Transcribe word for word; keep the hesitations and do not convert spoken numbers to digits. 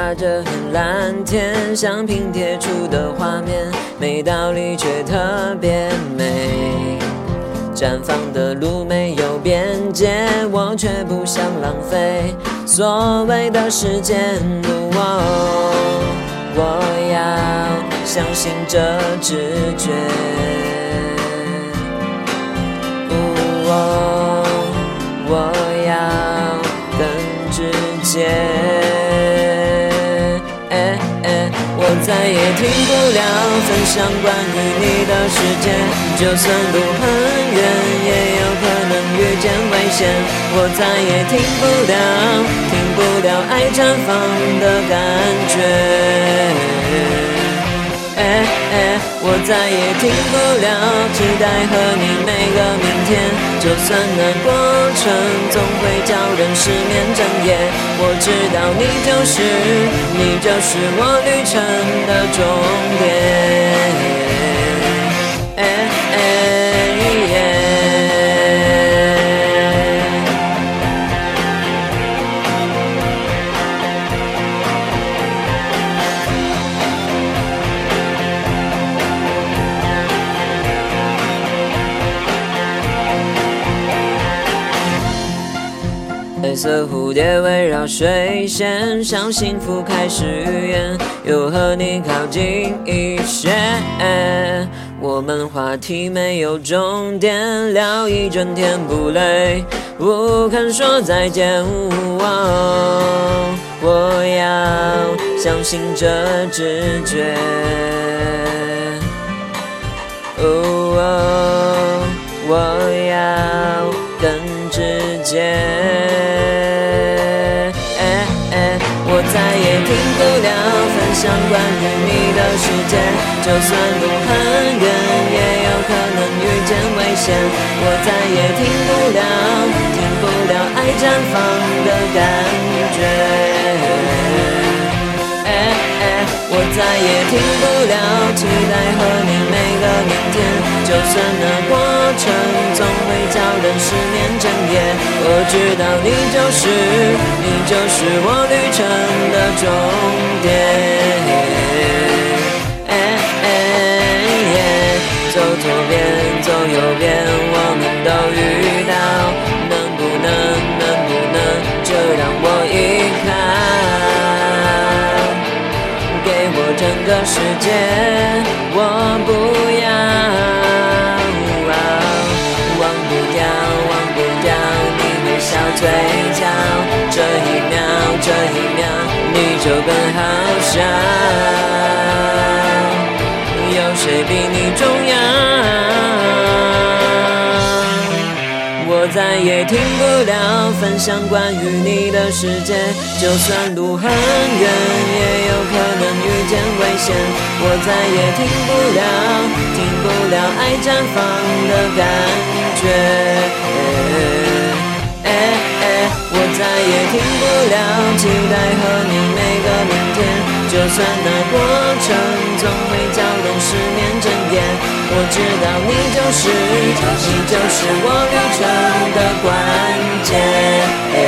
画着片蓝天，像拼贴出的画面，没道理却特别美。绽放的路没有边界，我却不想浪费所谓的时间。哦，我要相信这直觉。哦，我要更直接。欸欸我再也停不了分享关于你的世界，就算路很远，也有可能遇见危险。我再也停不了，停不了爱绽放的感觉。欸欸我再也停不了期待和你每个明天，就算那过程总会叫人失眠整夜。我知道你就是你就是我旅程的终点。欸欸耶黑色蝴蝶围绕水仙，像幸福开始预言，又和你靠近一些。我们话题没有终点，聊一整天不累，不肯说再见。哦，我要相信这直觉。哦，我要更直接。我再也停不了分享关于你的世界，就算路很远，也有可能遇见危险。我再也停不了，停不了爱绽放的感觉。欸欸我再也停不了期待和你每个明天，就算那过程总会叫人失眠整夜。我知道你就是你就是我旅程的终点。欸欸耶走左边走右边我们都遇到，能不能能不能就让我依靠，给我整个世界，我不要，忘不掉，忘不掉你微笑嘴角，这一秒，这一秒你就更好笑，有谁比你重要？我再也停不了分享关于你的世界，就算路很远，也有可能遇见危险。我再也停不了，停不了爱绽放的感觉。欸欸我再也停不了期待和你每个明天，就算那过程总会叫人失眠整夜。我知道你就是你就是我旅程的关键。